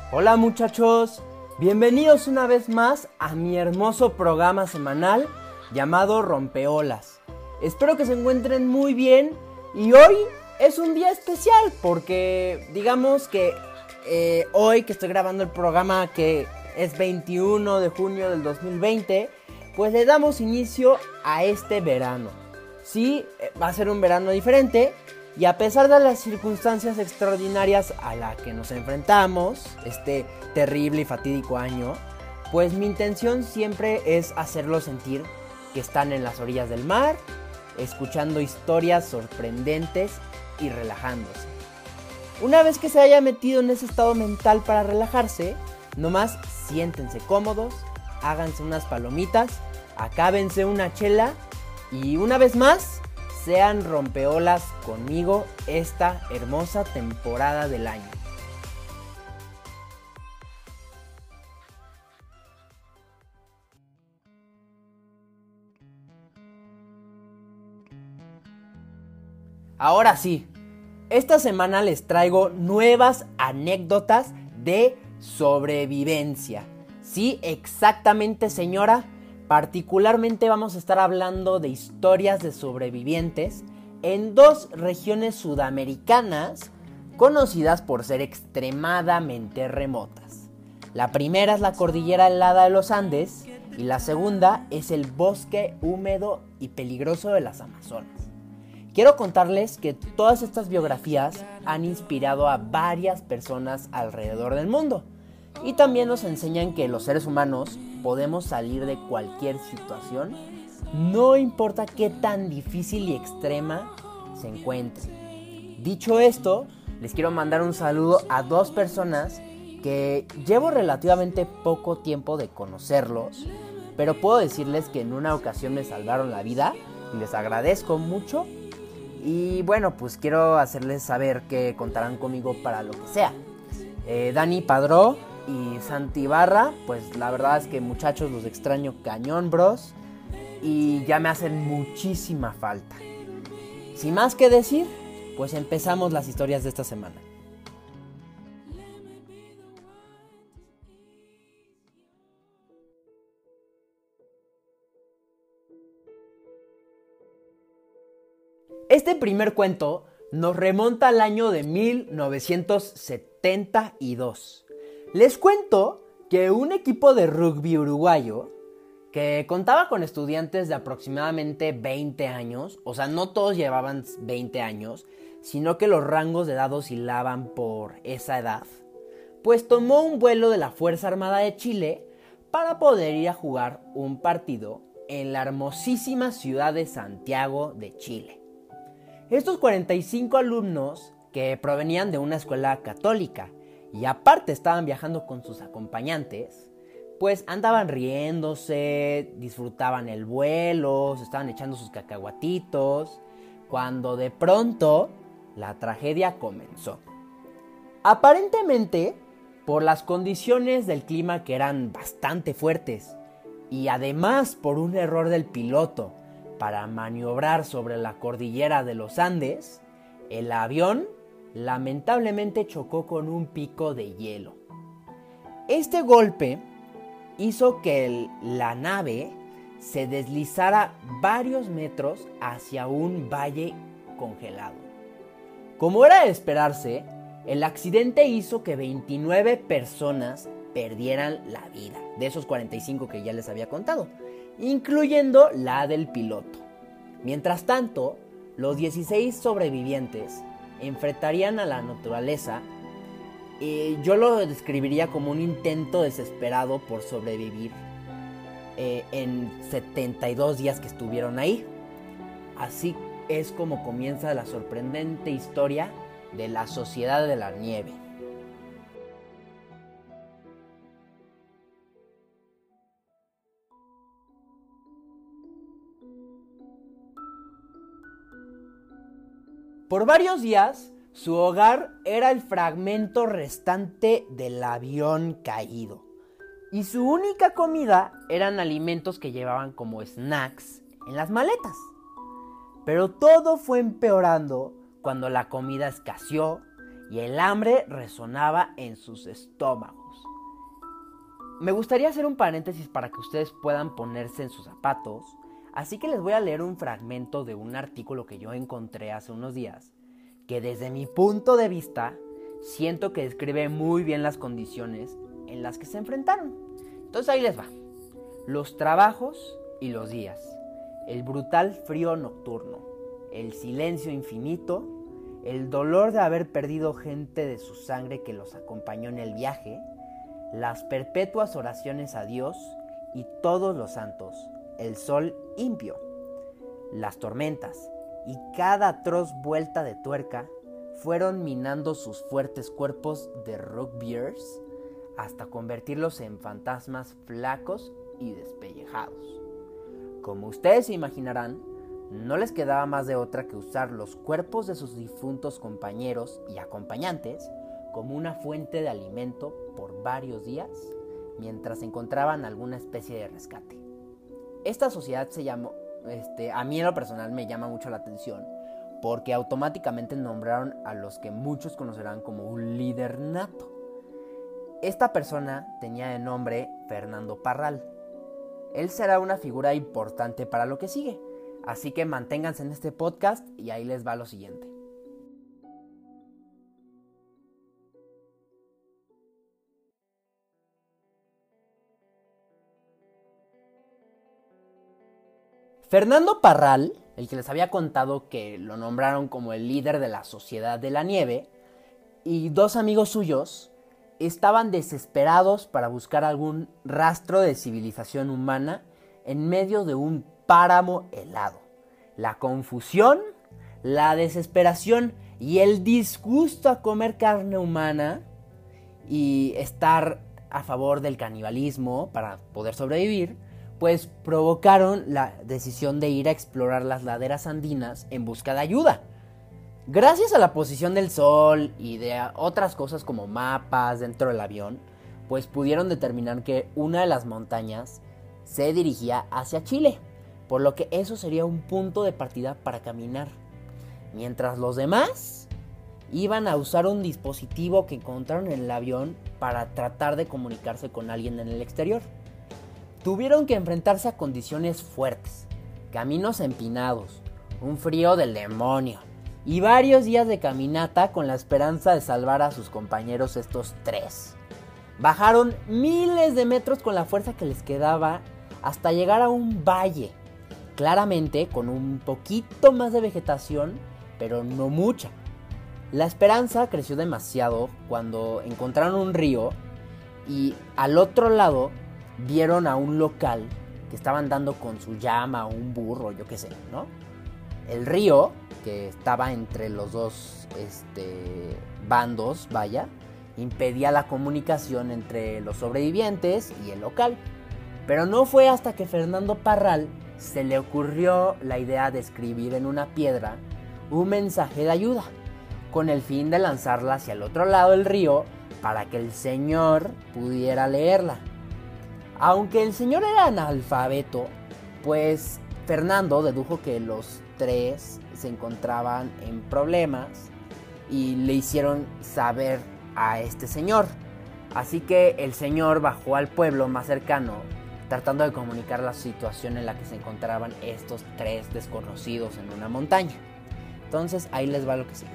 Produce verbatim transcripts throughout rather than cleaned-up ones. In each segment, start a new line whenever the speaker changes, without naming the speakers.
Hola muchachos, bienvenidos una vez más a mi hermoso programa semanal llamado Rompeolas. Espero que se encuentren muy bien y hoy es un día especial porque digamos que eh, hoy que estoy grabando el programa que es veintiuno de junio del dos mil veinte, pues le damos inicio a este verano. Sí, va a ser un verano diferente. Y a pesar de las circunstancias extraordinarias a las que nos enfrentamos, este terrible y fatídico año, pues mi intención siempre es hacerlos sentir que están en las orillas del mar, escuchando historias sorprendentes y relajándose. Una vez que se haya metido en ese estado mental para relajarse, nomás siéntense cómodos, háganse unas palomitas, acábense una chela y una vez más, sean rompeolas conmigo esta hermosa temporada del año. Ahora sí, esta semana les traigo nuevas anécdotas de sobrevivencia. Sí, exactamente, señora. Particularmente vamos a estar hablando de historias de sobrevivientes en dos regiones sudamericanas conocidas por ser extremadamente remotas. La primera es la cordillera helada de los Andes y la segunda es el bosque húmedo y peligroso de las Amazonas. Quiero contarles que todas estas biografías han inspirado a varias personas alrededor del mundo. Y también nos enseñan que los seres humanos podemos salir de cualquier situación, no importa qué tan difícil y extrema se encuentre. Dicho esto, les quiero mandar un saludo a dos personas que llevo relativamente poco tiempo de conocerlos, pero puedo decirles que en una ocasión me salvaron la vida y les agradezco mucho. Y bueno, pues quiero hacerles saber que contarán conmigo para lo que sea. Eh, Dani Padró y Santi Ibarra, pues la verdad es que muchachos los extraño cañón, bros, y ya me hacen muchísima falta. Sin más que decir, pues empezamos las historias de esta semana. Este primer cuento nos remonta al año de mil novecientos setenta y dos. Les cuento que un equipo de rugby uruguayo que contaba con estudiantes de aproximadamente veinte años, o sea, no todos llevaban veinte años, sino que los rangos de edad oscilaban por esa edad, pues tomó un vuelo de la Fuerza Armada de Chile para poder ir a jugar un partido en la hermosísima ciudad de Santiago de Chile. Estos cuarenta y cinco alumnos que provenían de una escuela católica y aparte estaban viajando con sus acompañantes, pues andaban riéndose, disfrutaban el vuelo, se estaban echando sus cacahuatitos, cuando de pronto la tragedia comenzó. Aparentemente, por las condiciones del clima que eran bastante fuertes y además por un error del piloto para maniobrar sobre la cordillera de los Andes, el avión lamentablemente chocó con un pico de hielo. Este golpe hizo que el, la nave se deslizara varios metros hacia un valle congelado. Como era de esperarse, el accidente hizo que veintinueve personas perdieran la vida, de esos cuarenta y cinco que ya les había contado, incluyendo la del piloto. Mientras tanto, los dieciséis sobrevivientes enfrentarían a la naturaleza. Eh, yo lo describiría como un intento desesperado por sobrevivir eh, en setenta y dos días que estuvieron ahí. Así es como comienza la sorprendente historia de la Sociedad de la Nieve. Por varios días, su hogar era el fragmento restante del avión caído. Y su única comida eran alimentos que llevaban como snacks en las maletas. Pero todo fue empeorando cuando la comida escaseó y el hambre resonaba en sus estómagos. Me gustaría hacer un paréntesis para que ustedes puedan ponerse en sus zapatos, así que les voy a leer un fragmento de un artículo que yo encontré hace unos días, que desde mi punto de vista siento que describe muy bien las condiciones en las que se enfrentaron. Entonces ahí les va. Los trabajos y los días, el brutal frío nocturno, el silencio infinito, el dolor de haber perdido gente de su sangre que los acompañó en el viaje, las perpetuas oraciones a Dios y todos los santos, el sol impío, las tormentas y cada atroz vuelta de tuerca fueron minando sus fuertes cuerpos de rugbyers hasta convertirlos en fantasmas flacos y despellejados. Como ustedes se imaginarán, no les quedaba más de otra que usar los cuerpos de sus difuntos compañeros y acompañantes como una fuente de alimento por varios días mientras encontraban alguna especie de rescate. Esta sociedad se llamó, este, a mí en lo personal me llama mucho la atención porque automáticamente nombraron a los que muchos conocerán como un líder nato. Esta persona tenía de nombre Fernando Parral. Él será una figura importante para lo que sigue, así que manténganse en este podcast y ahí les va lo siguiente. Fernando Parral, el que les había contado que lo nombraron como el líder de la Sociedad de la Nieve, y dos amigos suyos estaban desesperados para buscar algún rastro de civilización humana en medio de un páramo helado. La confusión, la desesperación y el disgusto a comer carne humana y estar a favor del canibalismo para poder sobrevivir, pues provocaron la decisión de ir a explorar las laderas andinas en busca de ayuda. Gracias a la posición del sol y de otras cosas como mapas dentro del avión, pues pudieron determinar que una de las montañas se dirigía hacia Chile, por lo que eso sería un punto de partida para caminar. Mientras los demás iban a usar un dispositivo que encontraron en el avión para tratar de comunicarse con alguien en el exterior. Tuvieron que enfrentarse a condiciones fuertes, caminos empinados, un frío del demonio y varios días de caminata con la esperanza de salvar a sus compañeros estos tres. Bajaron miles de metros con la fuerza que les quedaba hasta llegar a un valle, claramente con un poquito más de vegetación, pero no mucha. La esperanza creció demasiado cuando encontraron un río y al otro lado vieron a un local que estaban dando con su llama o un burro, yo qué sé, ¿no? El río, que estaba entre los dos este, bandos, vaya, impedía la comunicación entre los sobrevivientes y el local. Pero no fue hasta que Fernando Parral se le ocurrió la idea de escribir en una piedra un mensaje de ayuda, con el fin de lanzarla hacia el otro lado del río para que el señor pudiera leerla. Aunque el señor era analfabeto, pues Fernando dedujo que los tres se encontraban en problemas y le hicieron saber a este señor. Así que el señor bajó al pueblo más cercano, tratando de comunicar la situación en la que se encontraban estos tres desconocidos en una montaña. Entonces ahí les va lo que sigue.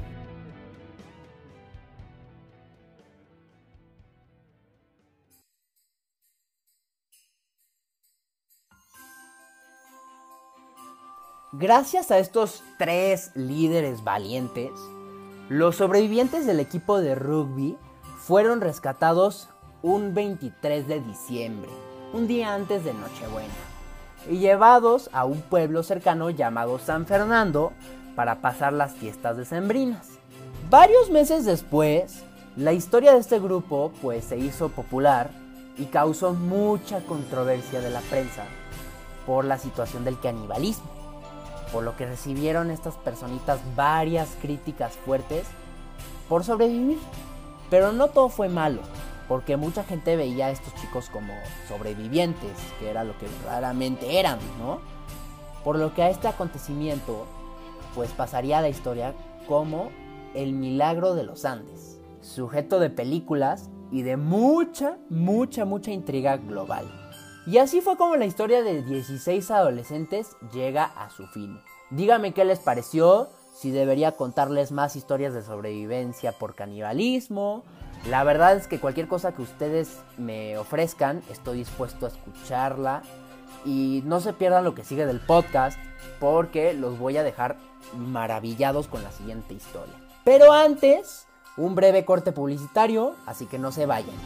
Gracias a estos tres líderes valientes, los sobrevivientes del equipo de rugby fueron rescatados un veintitrés de diciembre, un día antes de Nochebuena, y llevados a un pueblo cercano llamado San Fernando para pasar las fiestas decembrinas. Varios meses después, la historia de este grupo pues se hizo popular y causó mucha controversia de la prensa por la situación del canibalismo, por lo que recibieron estas personitas varias críticas fuertes por sobrevivir. Pero no todo fue malo, porque mucha gente veía a estos chicos como sobrevivientes, que era lo que verdaderamente eran, ¿no? Por lo que a este acontecimiento pues pasaría a la historia como El milagro de los Andes, sujeto de películas y de mucha, mucha, mucha intriga global. Y así fue como la historia de dieciséis adolescentes llega a su fin. Díganme qué les pareció, si debería contarles más historias de sobrevivencia por canibalismo. La verdad es que cualquier cosa que ustedes me ofrezcan, estoy dispuesto a escucharla. Y no se pierdan lo que sigue del podcast, porque los voy a dejar maravillados con la siguiente historia. Pero antes, un breve corte publicitario, así que no se vayan.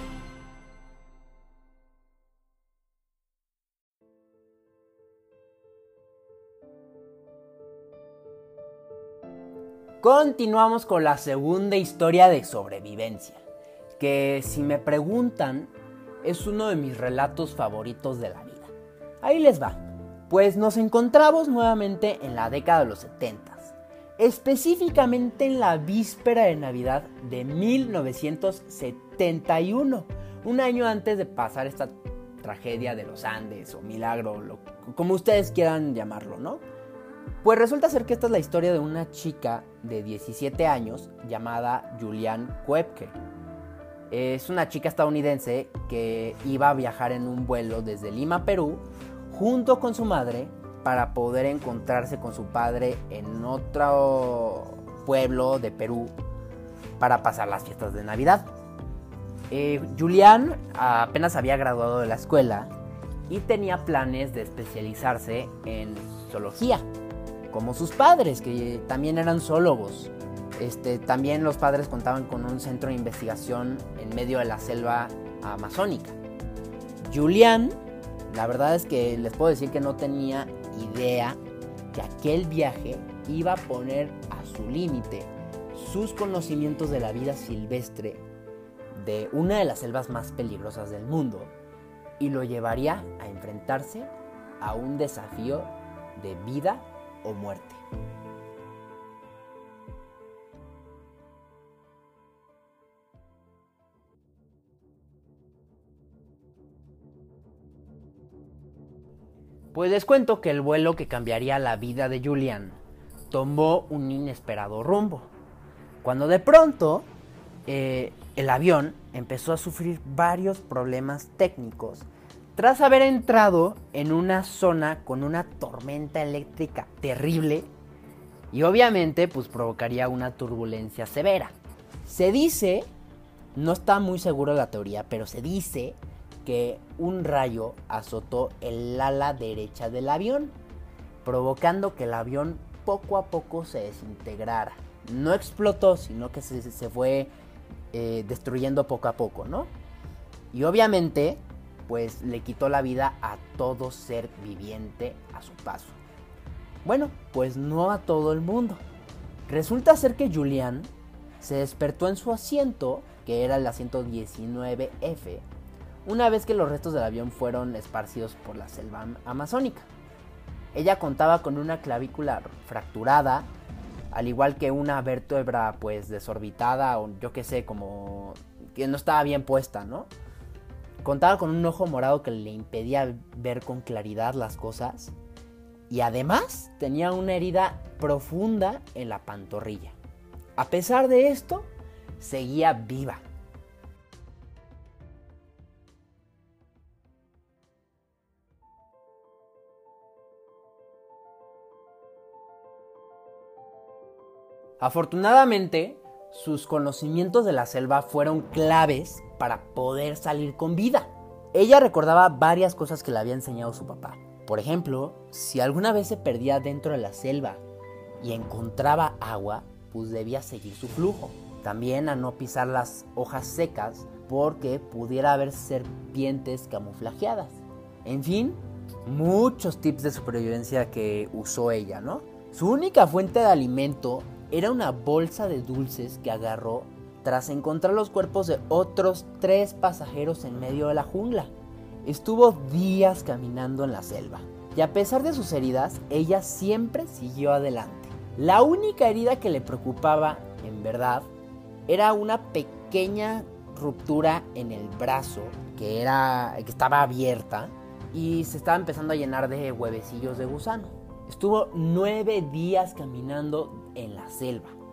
Continuamos con la segunda historia de sobrevivencia, que si me preguntan, es uno de mis relatos favoritos de la vida. Ahí les va. Pues nos encontramos nuevamente en la década de los setentas, específicamente en la víspera de Navidad de mil novecientos setenta y uno, un año antes de pasar esta tragedia de los Andes o milagro, lo, como ustedes quieran llamarlo, ¿no? Pues resulta ser que esta es la historia de una chica de diecisiete años llamada Julianne Koepke. Es una chica estadounidense que iba a viajar en un vuelo desde Lima, Perú, junto con su madre para poder encontrarse con su padre en otro pueblo de Perú para pasar las fiestas de Navidad. Eh, Julianne apenas había graduado de la escuela y tenía planes de especializarse en zoología, como sus padres, que también eran zoólogos. Este, también los padres contaban con un centro de investigación en medio de la selva amazónica. Julianne, la verdad es que les puedo decir que no tenía idea que aquel viaje iba a poner a su límite sus conocimientos de la vida silvestre de una de las selvas más peligrosas del mundo y lo llevaría a enfrentarse a un desafío de vida o muerte. Pues les cuento que el vuelo que cambiaría la vida de Julianne tomó un inesperado rumbo, cuando de pronto eh, el avión empezó a sufrir varios problemas técnicos tras haber entrado en una zona con una tormenta eléctrica terrible y obviamente pues provocaría una turbulencia severa. Se dice, no está muy seguro de la teoría, pero se dice que un rayo azotó el ala derecha del avión, provocando que el avión poco a poco se desintegrara. No explotó, sino que se, se fue eh, destruyendo poco a poco, ¿no? Y obviamente pues le quitó la vida a todo ser viviente a su paso. Bueno, pues no a todo el mundo. Resulta ser que Julianne se despertó en su asiento, que era el asiento diecinueve F, una vez que los restos del avión fueron esparcidos por la selva amazónica. Ella contaba con una clavícula fracturada, al igual que una vértebra pues desorbitada o yo qué sé, como que no estaba bien puesta, ¿no? Contaba con un ojo morado que le impedía ver con claridad las cosas y además tenía una herida profunda en la pantorrilla. A pesar de esto, seguía viva. Afortunadamente, sus conocimientos de la selva fueron claves para poder salir con vida. Ella recordaba varias cosas que le había enseñado su papá. Por ejemplo, si alguna vez se perdía dentro de la selva y encontraba agua, pues debía seguir su flujo. También a no pisar las hojas secas porque pudiera haber serpientes camuflajeadas. En fin, muchos tips de supervivencia que usó ella, ¿no? Su única fuente de alimento era una bolsa de dulces que agarró tras encontrar los cuerpos de otros tres pasajeros en medio de la jungla. Estuvo días caminando en la selva y a pesar de sus heridas, ella siempre siguió adelante. La única herida que le preocupaba, en verdad, era una pequeña ruptura en el brazo que, era, que estaba abierta y se estaba empezando a llenar de huevecillos de gusano. Estuvo nueve días caminando en la selva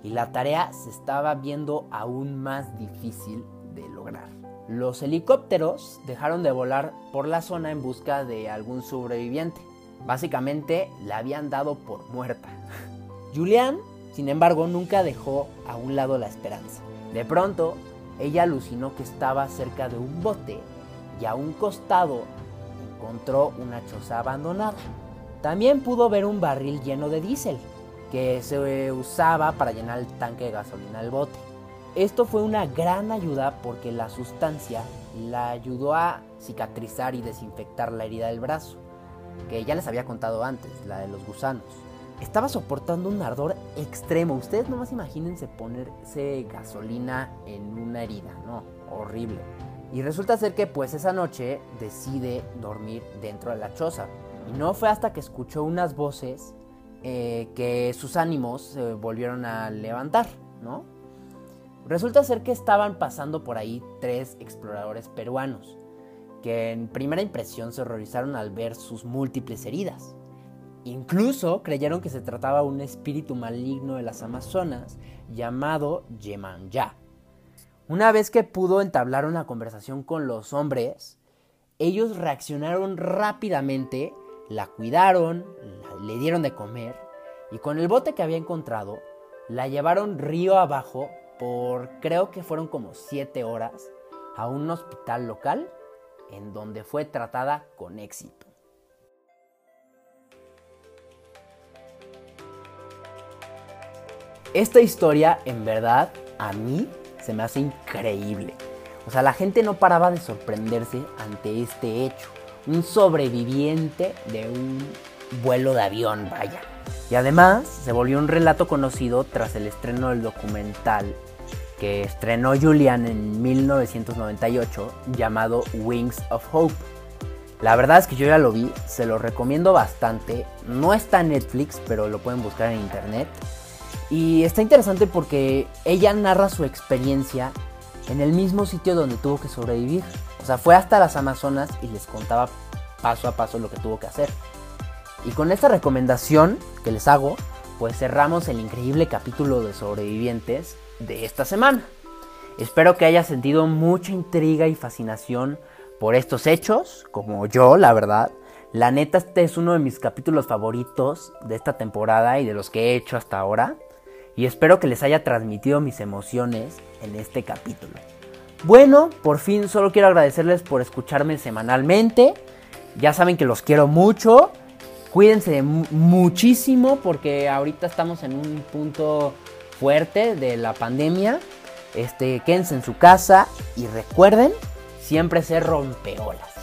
y la tarea se estaba viendo aún más difícil de lograr. Los helicópteros dejaron de volar por la zona en busca de algún sobreviviente. Básicamente la habían dado por muerta. Julianne, sin embargo, nunca dejó a un lado la esperanza. De pronto, ella alucinó que estaba cerca de un bote y a un costado encontró una choza abandonada. También pudo ver un barril lleno de diésel que se usaba para llenar el tanque de gasolina del bote. Esto fue una gran ayuda porque la sustancia la ayudó a cicatrizar y desinfectar la herida del brazo, que ya les había contado antes, la de los gusanos. Estaba soportando un ardor extremo. Ustedes nomás imagínense ponerse gasolina en una herida, no, horrible. Y resulta ser que pues esa noche decide dormir dentro de la choza. Y no fue hasta que escuchó unas voces eh, que sus ánimos se volvieron a levantar, ¿no? Resulta ser que estaban pasando por ahí tres exploradores peruanos, que en primera impresión se horrorizaron al ver sus múltiples heridas. Incluso creyeron que se trataba de un espíritu maligno de las Amazonas llamado Yemanyá. Una vez que pudo entablar una conversación con los hombres, ellos reaccionaron rápidamente, la cuidaron, la, le dieron de comer y con el bote que había encontrado, la llevaron río abajo por creo que fueron como siete horas a un hospital local en donde fue tratada con éxito. Esta historia, en verdad, a mí se me hace increíble. O sea, la gente no paraba de sorprenderse ante este hecho. Un sobreviviente de un vuelo de avión, vaya. Y además, se volvió un relato conocido tras el estreno del documental que estrenó Julianne en mil novecientos noventa y ocho, llamado Wings of Hope. La verdad es que yo ya lo vi, se lo recomiendo bastante. No está en Netflix, pero lo pueden buscar en internet. Y está interesante porque ella narra su experiencia en el mismo sitio donde tuvo que sobrevivir. O sea, fue hasta las Amazonas y les contaba paso a paso lo que tuvo que hacer. Y con esta recomendación que les hago, pues cerramos el increíble capítulo de sobrevivientes de esta semana. Espero que hayas sentido mucha intriga y fascinación por estos hechos, como yo, la verdad. La neta, este es uno de mis capítulos favoritos de esta temporada y de los que he hecho hasta ahora. Y espero que les haya transmitido mis emociones en este capítulo. Bueno, por fin solo quiero agradecerles por escucharme semanalmente. Ya saben que los quiero mucho. Cuídense muchísimo porque ahorita estamos en un punto fuerte de la pandemia. Este, quédense en su casa y recuerden siempre ser rompeolas.